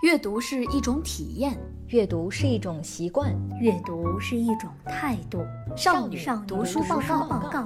阅读是一种体验， 阅读是一种习惯， 阅读是一种态度。 少女读书报告。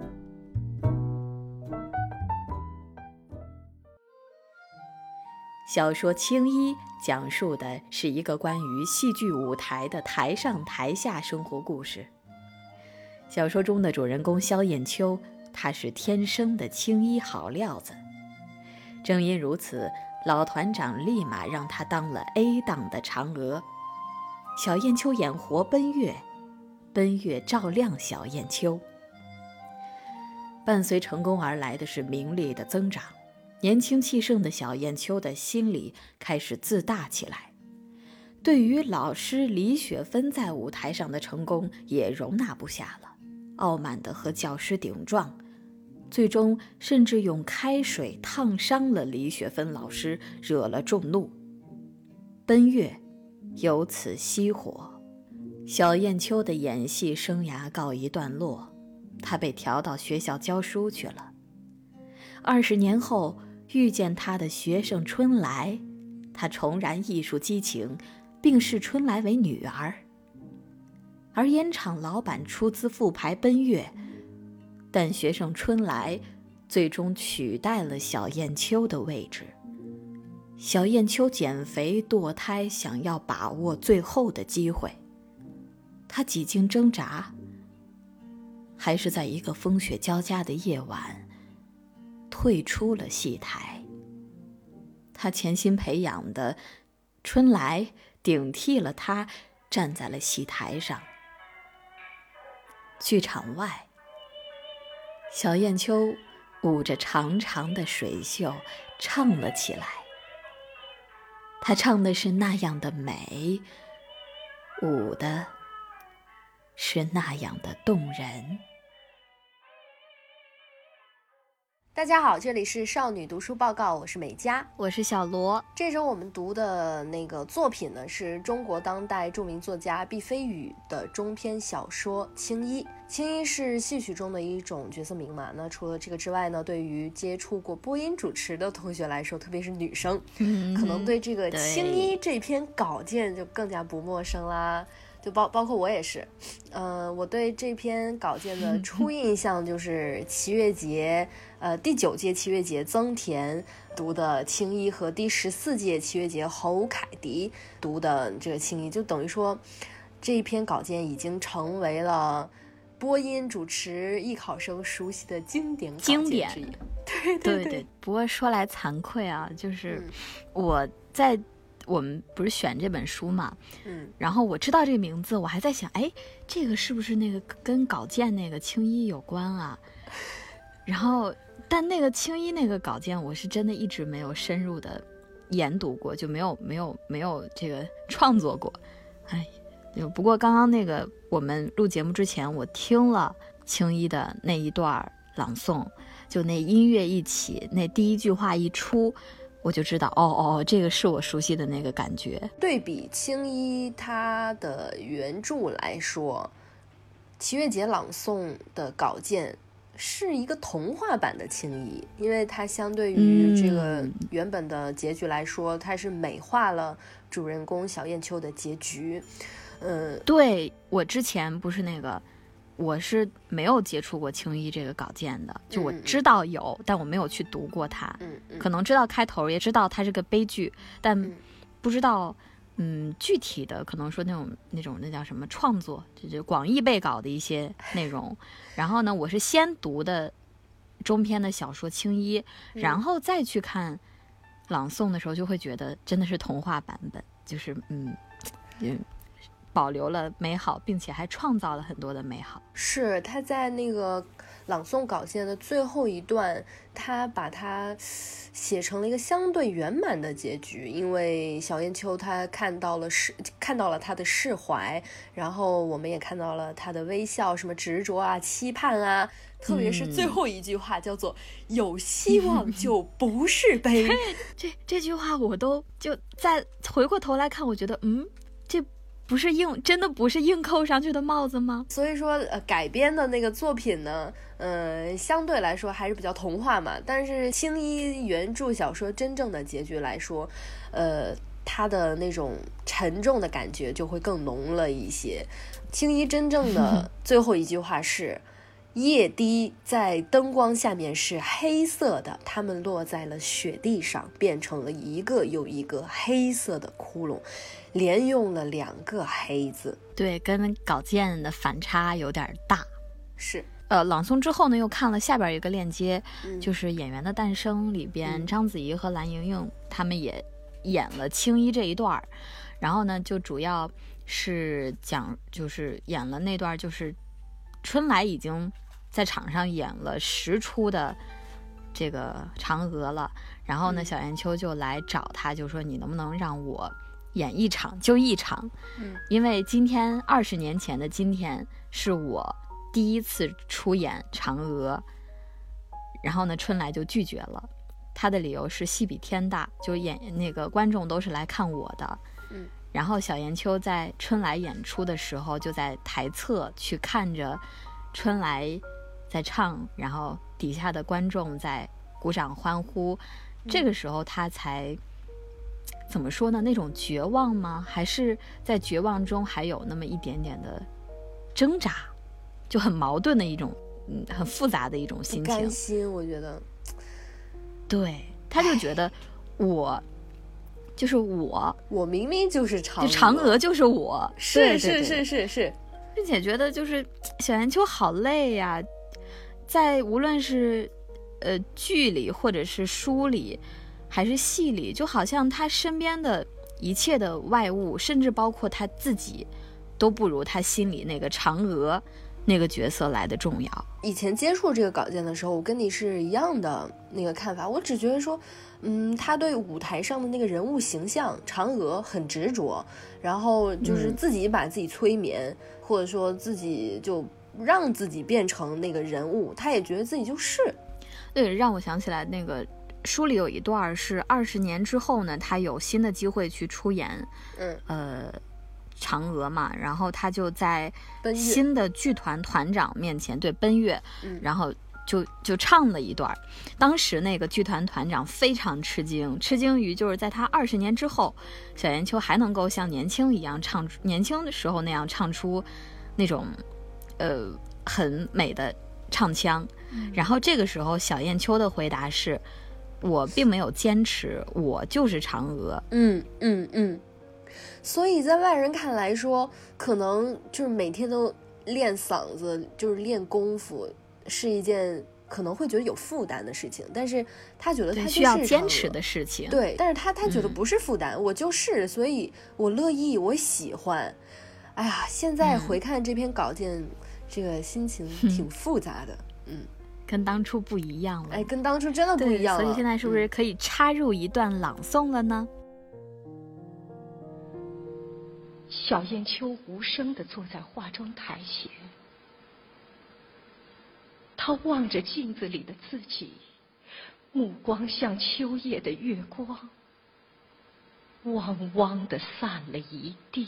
小说《青衣》讲述的是一个关于戏剧舞台的台上台下生活故事。小说中的主人公萧燕秋，他是天生的青衣好料子。正因如此，老团长立马让他当了 A 档的嫦娥。小燕秋演活奔月，奔月照亮小燕秋。伴随成功而来的是名利的增长，年轻气盛的小燕秋的心里开始自大起来，对于老师李雪芬在舞台上的成功也容纳不下了，傲慢地和教师顶撞，最终甚至用开水烫伤了李雪芬老师，惹了众怒。奔月由此熄火，小燕秋的演戏生涯告一段落，她被调到学校教书去了。20年后遇见她的学生春来，她重燃艺术激情，并视春来为女儿。而烟厂老板出资复排奔月，但学生春来最终取代了小燕秋的位置。小燕秋减肥堕胎，想要把握最后的机会，她几经挣扎，还是在一个风雪交加的夜晚退出了戏台。她潜心培养的春来顶替了她，站在了戏台上。剧场外，小燕秋舞着长长的水袖唱了起来。她唱的是那样的美，舞的是那样的动人。 大家好，这里是少女读书报告，我是美嘉， 我是小罗。 这周我们读的那个作品呢，是中国当代著名作家毕飞宇的中篇小说《青衣》。青衣是戏曲中的一种角色名嘛，那除了这个之外呢，对于接触过播音主持的同学来说，特别是女生，可能对这个青衣这篇稿件就更加不陌生啦。就包括我也是，我对这篇稿件的初印象就是七月节，第9届七月节曾田读的青衣和第14届七月节侯凯迪读的这个青衣，就等于说这一篇稿件已经成为了播音主持艺考生熟悉的经典稿件之一。对。 不过说来惭愧啊，就是我在我们不是选这本书嘛，然后我知道这个名字，我还在想，哎，这个是不是那个跟稿件那个青衣有关啊？然后，但那个青衣那个稿件，我是真的一直没有深入的研读过，就没有这个创作过。哎，不过刚刚那个我们录节目之前，我听了青衣的那一段朗诵，就那音乐一起，那第一句话一出，我就知道这个是我熟悉的那个感觉。 对比青衣它的原著来说，七月节朗诵的稿件是一个童话版的青衣，因为它相对于这个原本的结局来说，它是美化了主人公小燕秋的结局。 对，我之前不是那个，我是没有接触过青衣这个稿件的，就我知道有，但我没有去读过它。可能知道开头，也知道它是个悲剧，但不知道具体的可能说那叫什么创作，就是广义备稿的一些内容。然后呢，我是先读的中篇的小说《青衣》，然后再去看朗诵的时候，就会觉得真的是童话版本，就是保留了美好，并且还创造了很多的美好。 是他在那个朗诵稿件的最后一段，他把它写成了一个相对圆满的结局，因为小燕秋他看到了他的释怀，然后我们也看到了他的微笑，什么执着啊、期盼啊，特别是最后一句话叫做有希望就不是悲。 这句话我都就再回过头来看，我觉得这不是真的不是硬扣上去的帽子吗？ 所以说改编的那个作品呢，相对来说还是比较童话嘛。但是青衣原著小说真正的结局来说， 它的那种沉重的感觉就会更浓了一些。青衣真正的最后一句话是叶滴在灯光下面是黑色的，它们落在了雪地上，变成了一个又一个黑色的窟窿，连用了2个黑字。 对，跟稿件的反差有点大。 是。 朗诵之后呢，又看了下边一个链接，就是《演员的诞生》里边，章子怡和蓝盈莹他们也演了青衣这一段，然后呢，就主要是讲，就是演了那段，就是春来已经在场上演了10出的这个嫦娥了，然后呢，小燕秋就来找他，就说你能不能让我演一场就一场，因为今天20年前的今天是我第一次出演嫦娥，然后呢，春来就拒绝了，他的理由是戏比天大，就演那个观众都是来看我的。然后小燕秋在春来演出的时候，就在台侧去看着春来在唱，然后底下的观众在鼓掌欢呼，这个时候他才怎么说呢？那种绝望吗？还是在绝望中还有那么一点点的挣扎？就很矛盾的一种，很复杂的一种心情。 不甘心，我觉得。 对，他就觉得我明明就是嫦娥， 就嫦娥就是我， 是， 并且觉得就是小燕秋好累呀，在无论是剧里或者是书里还是戏里，就好像他身边的一切的外物，甚至包括他自己，都不如他心里那个嫦娥那个角色来的重要。 以前接触这个稿件的时候，我跟你是一样的那个看法，我只觉得说他对舞台上的那个人物形象嫦娥很执着，然后就是自己把自己催眠，或者说自己就让自己变成那个人物，他也觉得自己就是。 对，让我想起来那个书里有一段是20年之后呢，他有新的机会去出演嫦娥嘛，然后他就在新的剧团团长面前对奔月，然后就唱了一段。当时那个剧团团长非常吃惊于就是在他20年之后，小燕秋还能够像年轻的时候那样唱出那种很美的唱腔。然后这个时候小燕秋的回答是，我并没有坚持，我就是嫦娥。 所以在外人看来说，可能就是每天都练嗓子，就是练功夫，是一件可能会觉得有负担的事情，但是他觉得他就是需要坚持的事情。 对，但是他觉得不是负担，我就是，所以我乐意，我喜欢。哎呀，现在回看这篇稿件，这个心情挺复杂的。 跟当初不一样了。 跟当初真的不一样了。 所以现在是不是可以插入一段朗诵了呢？ 小燕秋无声地坐在化妆台前，她望着镜子里的自己，目光像秋夜的月光，汪汪地散了一地。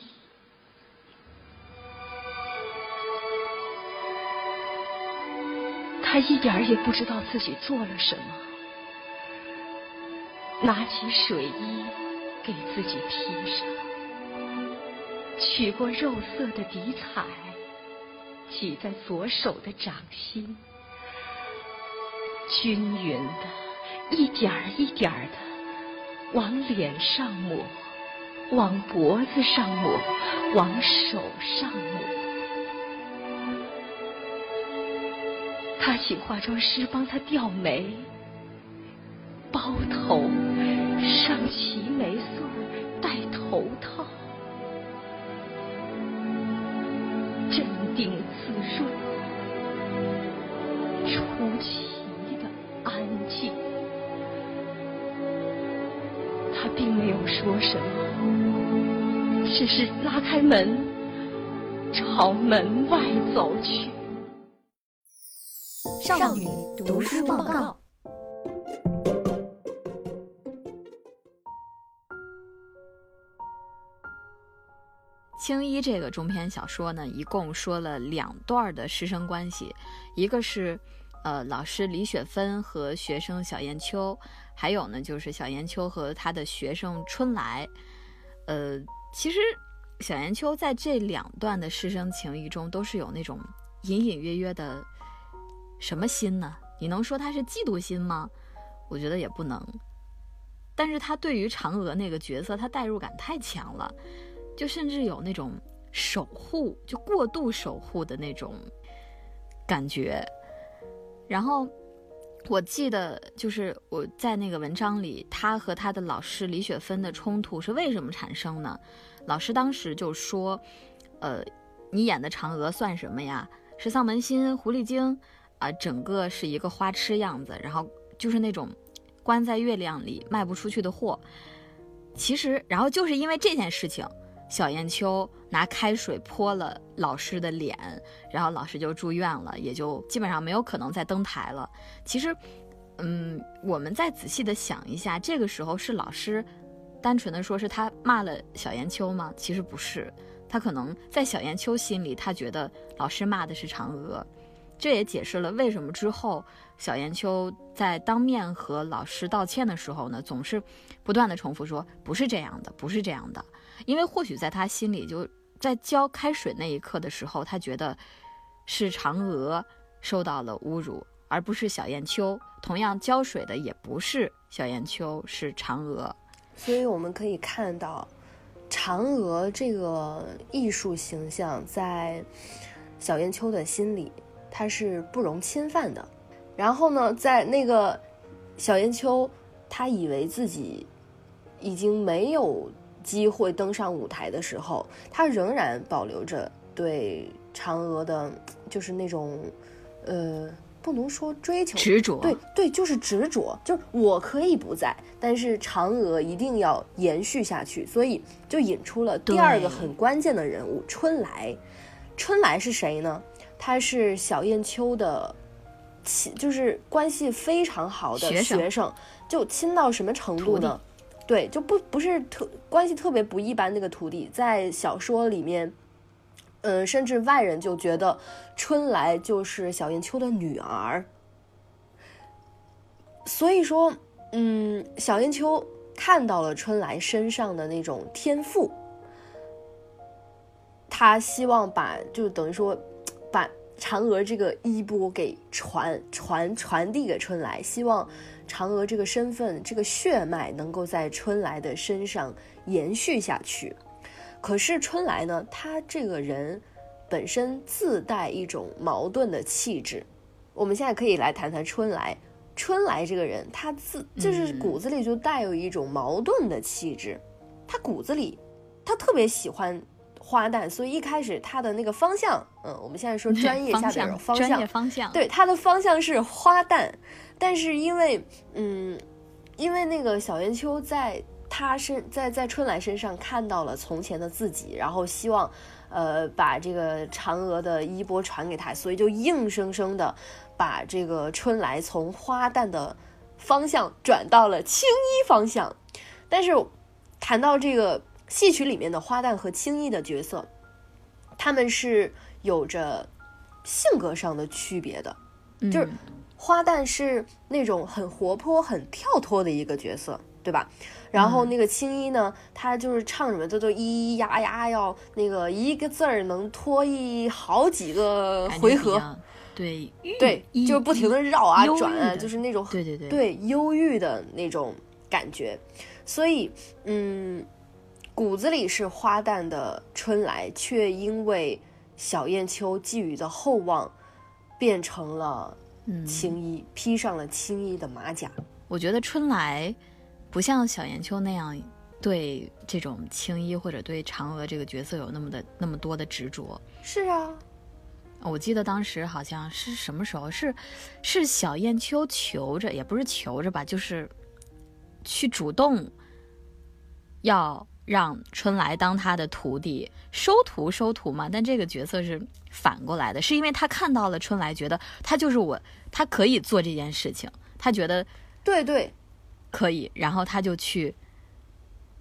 她一点也不知道自己做了什么，拿起水衣给自己披上，取过肉色的底彩，挤在左手的掌心，均匀的一点儿一点儿的往脸上抹，往脖子上抹，往手上抹。他请化妆师帮他吊眉、包头、上齐眉穗、戴头套，镇定自若，出奇的安静。他并没有说什么，只是拉开门，朝门外走去。 少女读书报告。 青衣这个中篇小说呢，一共说了2段的师生关系，一个是老师李雪芬和学生小燕秋，还有呢就是小燕秋和他的学生春来。 其实小燕秋在这2段的师生情谊中都是有那种隐隐约约的什么心呢？你能说他是嫉妒心吗？我觉得也不能。但是他对于嫦娥那个角色，他代入感太强了，就甚至有那种守护，就过度守护的那种感觉。然后我记得就是我在那个文章里，他和他的老师李雪芬的冲突是为什么产生呢？老师当时就说你演的嫦娥算什么呀，是丧门星、狐狸精整个是一个花痴样子，然后就是那种关在月亮里卖不出去的货。其实然后就是因为这件事情，小燕秋拿开水泼了老师的脸，然后老师就住院了，也就基本上没有可能再登台了。其实我们再仔细的想一下，这个时候是老师单纯的说是他骂了小燕秋吗？其实不是，他可能在小燕秋心里，他觉得老师骂的是嫦娥。这也解释了为什么之后小燕秋在当面和老师道歉的时候呢，总是不断的重复说不是这样的，不是这样的。因为或许在他心里，就在浇开水那一刻的时候，他觉得是嫦娥受到了侮辱，而不是小燕秋。同样浇水的也不是小燕秋，是嫦娥。 所以我们可以看到嫦娥这个艺术形象在小燕秋的心里，它是不容侵犯的。然后呢，在那个小燕秋他以为自己已经没有机会登上舞台的时候，他仍然保留着对嫦娥的就是那种不能说追求， 执着， 对，就是执着，就是我可以不在，但是嫦娥一定要延续下去。所以就引出了第2个很关键的人物春来。春来是谁呢？他是小燕秋的就是关系非常好的学生，就亲到什么程度呢？对，就不是关系特别不一般那个徒弟，在小说里面甚至外人就觉得春来就是小燕秋的女儿。所以说小燕秋看到了春来身上的那种天赋，他希望就等于说把嫦娥这个衣钵给传递给春来，希望嫦娥这个身份这个血脉能够在春来的身上延续下去。可是春来呢，他这个人本身自带一种矛盾的气质。我们现在可以来谈谈春来。春来这个人，他就是骨子里就带有一种矛盾的气质。他骨子里他特别喜欢花旦，所以一开始他的那个方向我们现在说专业下的方向， 专业方向， 对，他的方向是花旦。但是因为那个小燕秋在春来身上看到了从前的自己，然后希望把这个嫦娥的衣钵传给他，所以就硬生生的把这个春来从花旦的方向转到了青衣方向。但是谈到这个戏曲里面的花旦和青衣的角色，他们是有着性格上的区别的。就是花旦是那种很活泼很跳脱的一个角色，对吧？然后那个青衣呢，他就是唱什么都咿咿呀呀，要那个一个字儿能拖好几个回合， 对， 就不停的绕啊转啊，就是那种对忧郁的那种感觉。所以骨子里是花旦的春来，却因为小燕秋寄予的厚望，变成了青衣，披上了青衣的马甲。 我觉得春来不像小燕秋那样对这种青衣或者对嫦娥这个角色有那么多的执着。 是啊， 我记得当时好像是什么时候，是小燕秋求着，也不是求着吧，就是去主动要让春来当他的徒弟，收徒嘛。但这个角色是反过来的，是因为他看到了春来，觉得他就是他可以做这件事情，他觉得对可以，然后他就去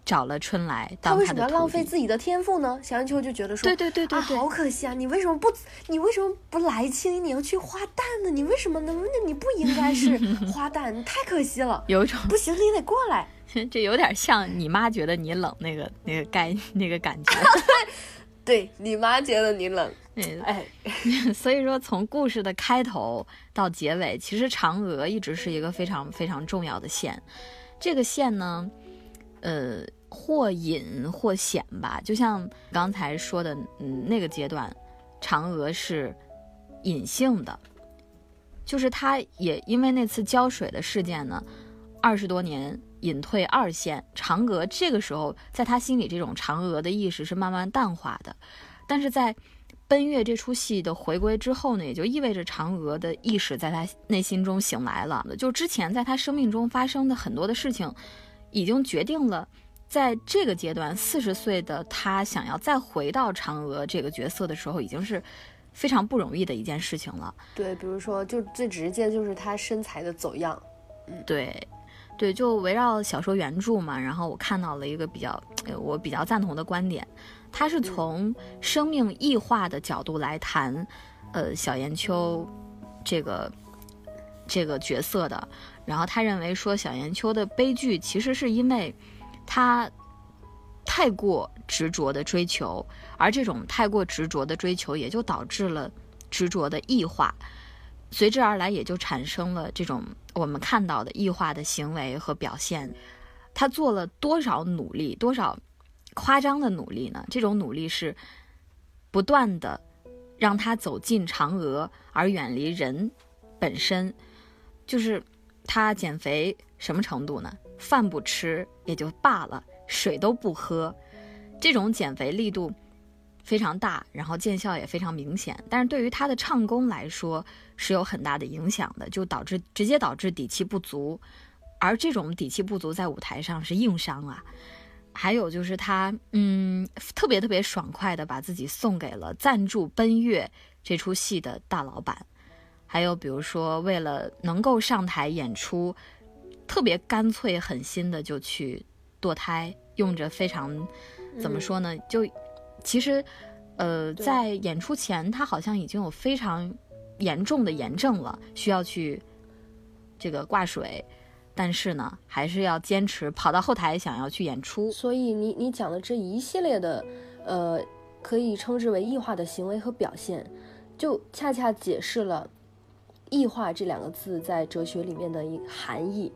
找了春来他为什么要当他的徒弟。 浪费自己的天赋呢？小燕秋就觉得说， 对， 好可惜啊！你为什么不来青衣？你要去花旦呢？你为什么呢？你不应该是花旦，你太可惜了。 有一种不行，你得过来。 这有点像你妈觉得你冷那个感觉。 对，你妈觉得你冷。哎， 所以说从故事的开头到结尾，其实嫦娥一直是一个非常非常重要的线。这个线呢，或隐或显吧，就像刚才说的，那个阶段，嫦娥是隐性的，就是她也因为那次浇水的事件呢，20多年隐退二线。嫦娥这个时候，在她心里，这种嫦娥的意识是慢慢淡化的，但是在奔月这出戏的回归之后呢，也就意味着嫦娥的意识在她内心中醒来了。就之前在她生命中发生的很多的事情，已经决定了在这个阶段40岁的她想要再回到嫦娥这个角色的时候，已经是非常不容易的一件事情了。 对，比如说就最直接就是她身材的走样。 对，就围绕小说原著嘛，然后我看到了一个我比较赞同的观点，他是从生命异化的角度来谈，小燕秋这个角色的。然后他认为说，小燕秋的悲剧其实是因为他太过执着的追求，而这种太过执着的追求也就导致了执着的异化，随之而来也就产生了这种我们看到的异化的行为和表现。他做了多少努力，多少夸张的努力呢？这种努力是不断的让他走进嫦娥，而远离人本身。就是他减肥什么程度呢？饭不吃也就罢了，水都不喝，这种减肥力度非常大，然后见效也非常明显，但是对于他的唱功来说是有很大的影响的，就直接导致底气不足，而这种底气不足在舞台上是硬伤啊。还有就是他特别特别爽快的把自己送给了赞助奔月这出戏的大老板。还有比如说为了能够上台演出，特别干脆狠心的就去堕胎，用着非常怎么说呢，就其实在演出前他好像已经有非常严重的炎症了，需要去这个挂水，但是呢还是要坚持跑到后台想要去演出。 所以你讲的这一系列的可以称之为异化的行为和表现，就恰恰解释了异化这两个字在哲学里面的一个含义。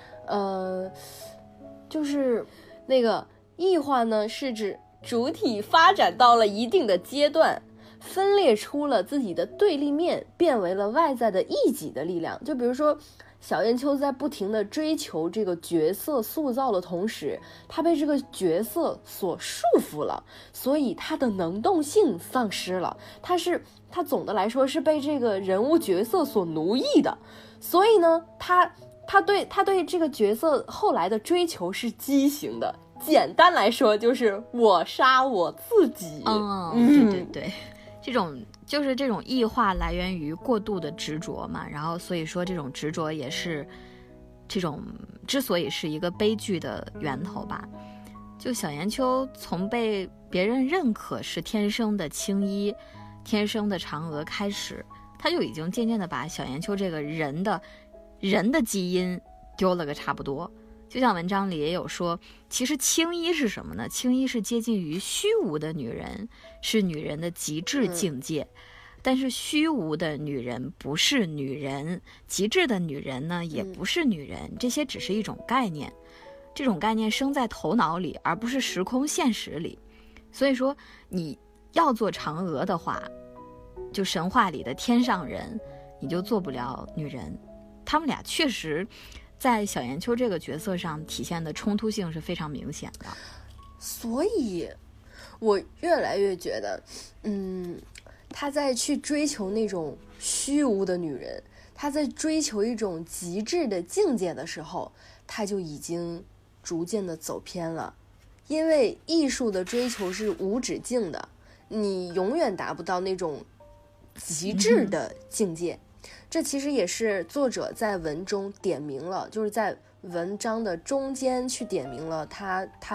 就是那个异化呢，是指主体发展到了一定的阶段，分裂出了自己的对立面，变为了外在的异己的力量。就比如说小燕秋在不停的追求这个角色塑造的同时，他被这个角色所束缚了，所以他的能动性丧失了，他总的来说是被这个人物角色所奴役的。所以呢他对这个角色后来的追求是畸形的，简单来说就是我杀我自己。 对，这种异化来源于过度的执着嘛，然后所以说这种执着也是这种之所以是一个悲剧的源头吧。就小燕秋从被别人认可是天生的青衣，天生的嫦娥开始，他就已经渐渐的把小燕秋这个人的基因丢了个差不多。就像文章里也有说，其实青衣是什么呢？青衣是接近于虚无的女人，是女人的极致境界。但是虚无的女人不是女人，极致的女人呢也不是女人，这些只是一种概念。这种概念生在头脑里，而不是时空现实里。所以说你要做嫦娥的话，就神话里的天上人，你就做不了女人。他们俩确实在小燕秋这个角色上体现的冲突性是非常明显的。 所以我越来越觉得他在去追求那种虚无的女人，他在追求一种极致的境界的时候，他就已经逐渐的走偏了。因为艺术的追求是无止境的，你永远达不到那种极致的境界。这其实也是作者在文中点明了，就是在文章的中间去点明了他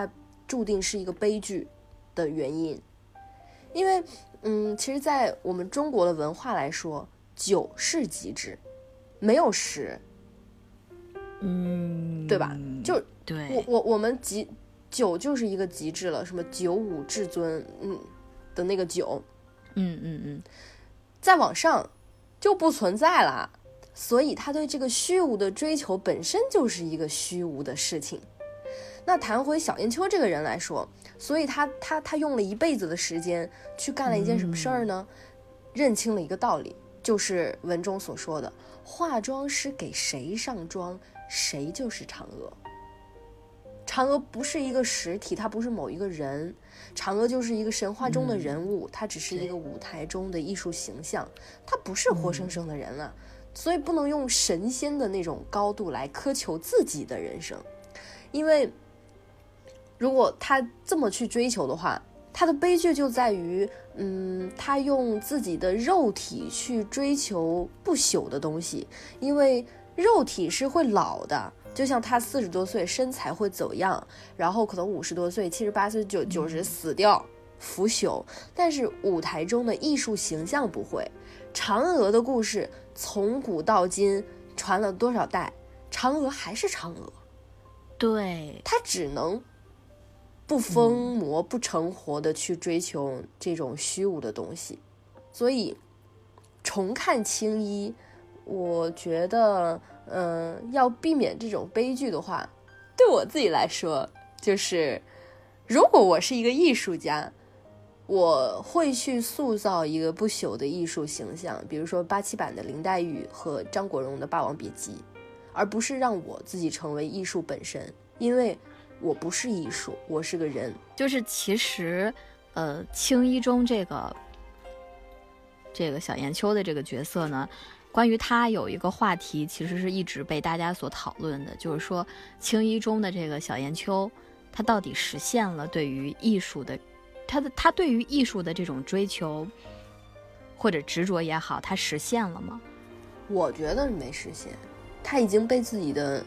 注定是一个悲剧的原因。因为其实在我们中国的文化来说，酒是极致，没有食，对吧？就对， 我们酒就是一个极致了，什么九五至尊的那个酒，再往上就不存在了。所以他对这个虚无的追求本身就是一个虚无的事情。那谈回小燕秋这个人来说，所以他用了一辈子的时间去干了一件什么事儿呢？认清了一个道理，就是文中所说的，化妆师给谁上妆，谁就是嫦娥。嫦娥不是一个实体，它不是某一个人，嫦娥就是一个神话中的人物，它只是一个舞台中的艺术形象，它不是活生生的人啊。所以不能用神仙的那种高度来苛求自己的人生，因为如果他这么去追求的话，他的悲剧就在于他用自己的肉体去追求不朽的东西，因为肉体是会老的，就像他40多岁身材会走样，然后可能50多岁78岁90死掉腐朽，但是舞台中的艺术形象不会。嫦娥的故事从古到今传了多少代，嫦娥还是嫦娥， 对， 她只能不疯魔不成活的去追求这种虚无的东西。所以重看青衣，我觉得要避免这种悲剧的话，对我自己来说，就是如果我是一个艺术家，我会去塑造一个不朽的艺术形象，比如说87版的林黛玉和张国荣的《霸王别姬》，而不是让我自己成为艺术本身，因为我不是艺术，我是个人。 就是其实青衣中这个小燕秋的这个角色呢，关于他有一个话题其实是一直被大家所讨论的，就是说青衣中的这个小燕秋，他到底实现了对于艺术的他对于艺术的这种追求或者执着也好，他实现了吗？ 我觉得没实现，他已经被自己的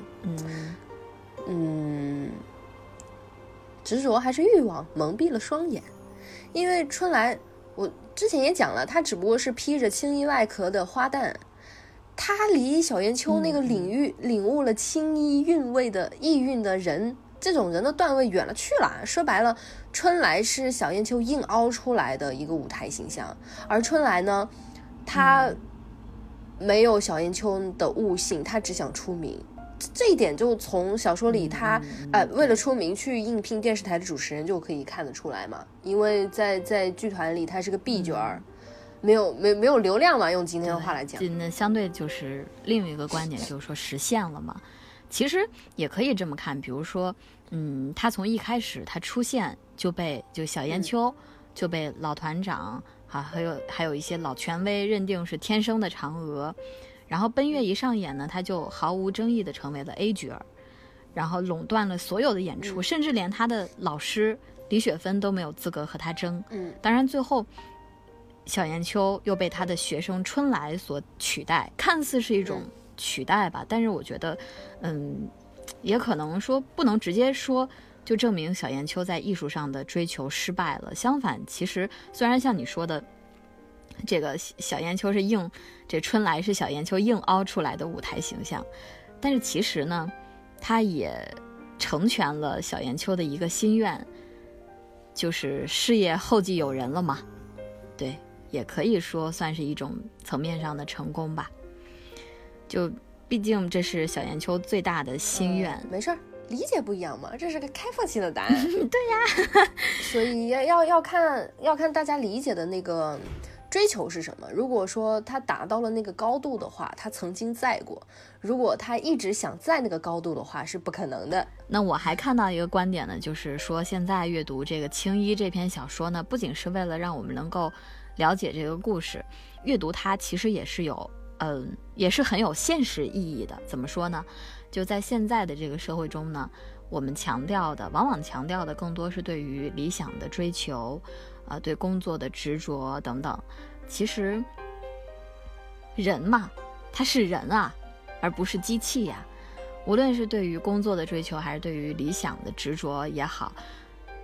执着还是欲望蒙蔽了双眼。因为春来我之前也讲了，他只不过是披着青衣外壳的花旦，他离小燕秋那个领悟了青衣韵味的意蕴的人，这种人的段位远了去了。说白了，春来是小燕秋硬凹出来的一个舞台形象，而春来呢，他没有小燕秋的悟性，他只想出名。这一点就从小说里他为了出名去应聘电视台的主持人就可以看得出来嘛。因为在剧团里他是个 B 角儿，没有流量嘛，用今天的话来讲。 那相对就是另一个观点，就是说实现了嘛。其实也可以这么看，比如说他从一开始他出现就小燕秋就被老团长还有一些老权威认定是天生的嫦娥，然后奔月一上演呢，他就毫无争议的成为了 A 角，然后垄断了所有的演出，甚至连他的老师李雪芬都没有资格和他争。当然最后小燕秋又被他的学生春来所取代，看似是一种取代吧，但是我觉得也可能说不能直接说就证明小燕秋在艺术上的追求失败了。相反，其实虽然像你说的这个小燕秋是这春来是小燕秋硬凹出来的舞台形象，但是其实呢，他也成全了小燕秋的一个心愿，就是事业后继有人了嘛。对，也可以说算是一种层面上的成功吧。就毕竟这是小燕秋最大的心愿。 没事儿，理解不一样嘛，这是个开放性的答案。对呀，所以要看大家理解的那个追求是什么。如果说他达到了那个高度的话，他曾经在过；如果他一直想在那个高度的话，是不可能的。 那我还看到一个观点呢，就是说现在阅读这个青衣这篇小说呢，不仅是为了让我们能够了解这个故事，阅读它其实也是很有现实意义的。怎么说呢？就在现在的这个社会中呢，我们往往强调的更多是对于理想的追求，对工作的执着等等。其实人嘛，他是人啊，而不是机器呀。无论是对于工作的追求，还是对于理想的执着也好，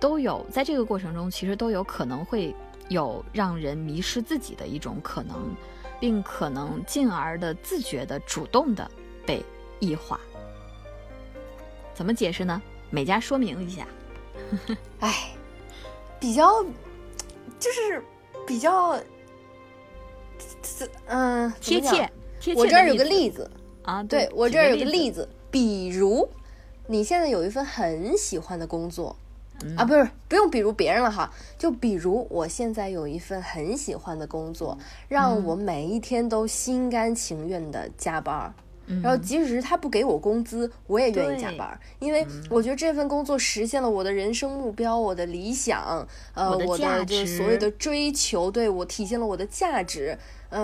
都有在这个过程中，其实都有可能会有让人迷失自己的一种可能，并可能进而的自觉的主动的被异化。怎么解释呢？美嘉说明一下。 哎，比较贴切。 我这儿有个例子啊， 对，我这儿有个例子，比如你现在有一份很喜欢的工作。不用比如别人了哈，就比如我现在有一份很喜欢的工作，让我每一天都心甘情愿的加班，然后即使他不给我工资，我也愿意加班，因为我觉得这份工作实现了我的人生目标，我的理想，我的就是所有的追求，对，我体现了我的价值。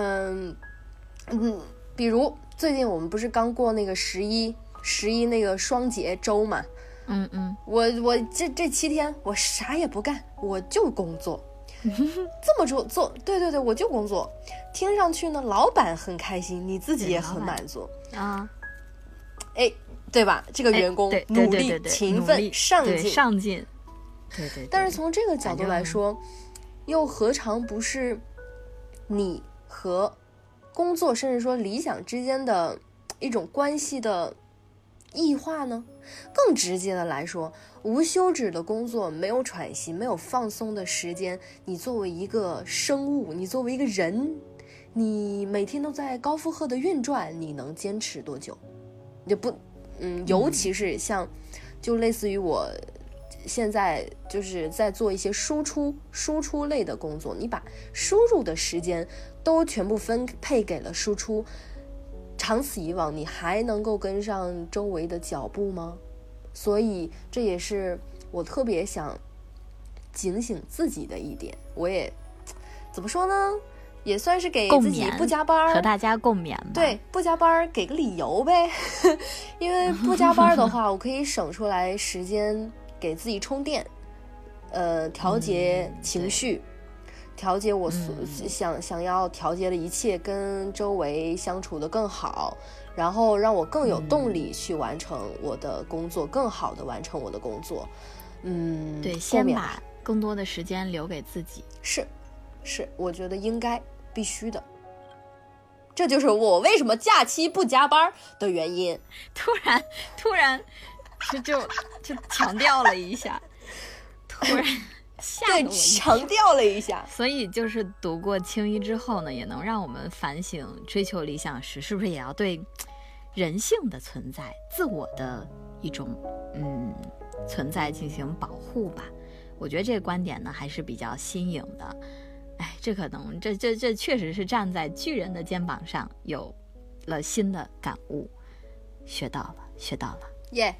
比如最近我们不是刚过那个11那个双节周嘛。我这7天我啥也不干，我就工作，这么做，对，我就工作。听上去呢，老板很开心，你自己也很满足啊，哎，对吧？这个员工努力、勤奋、上进， 对。 但是从这个角度来说，又何尝不是你和工作，甚至说理想之间的一种关系的异化呢？更直接的来说，无休止的工作，没有喘息，没有放松的时间，你作为一个生物，你作为一个人，你每天都在高负荷的运转，你能坚持多久？也不尤其是像就类似于我现在就是在做一些输出类的工作，你把输入的时间都全部分配给了输出，长此以往，你还能够跟上周围的脚步吗？所以这也是我特别想警醒自己的一点。我也怎么说呢，也算是给自己不加班， 和大家共勉吧。 对，不加班给个理由呗。因为不加班的话，我可以省出来时间给自己充电，调节情绪，调节我想要调节的一切，跟周围相处的更好，然后让我更有动力去完成我的工作，更好的完成我的工作。 对，先把更多的时间留给自己。 是，我觉得应该必须的。这就是我为什么假期不加班的原因。 突然就强调了一下，突然对，强调了一下。 所以就是读过青衣之后呢，也能让我们反省，追求理想时是不是也要对人性的存在、自我的一种存在进行保护吧。我觉得这个观点呢还是比较新颖的。哎，这可能这确实是站在巨人的肩膀上有了新的感悟，学到了耶。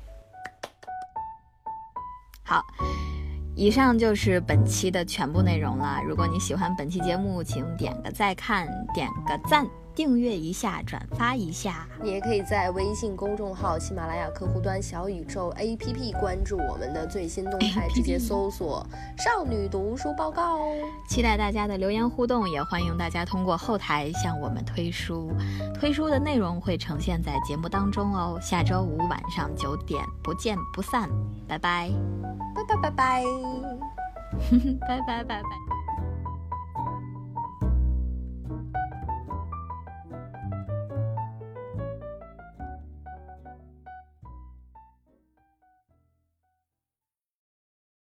好，以上就是本期的全部内容了。如果你喜欢本期节目，请点个再看，点个赞，订阅一下，转发一下。 你也可以在微信公众号、喜马拉雅客户端、小宇宙 APP 关注我们的最新动态，直接搜索少女读书报告。 期待大家的留言互动，也欢迎大家通过后台向我们推书的内容会呈现在节目当中哦。下周五晚上9点不见不散，拜拜拜拜拜拜拜拜拜拜。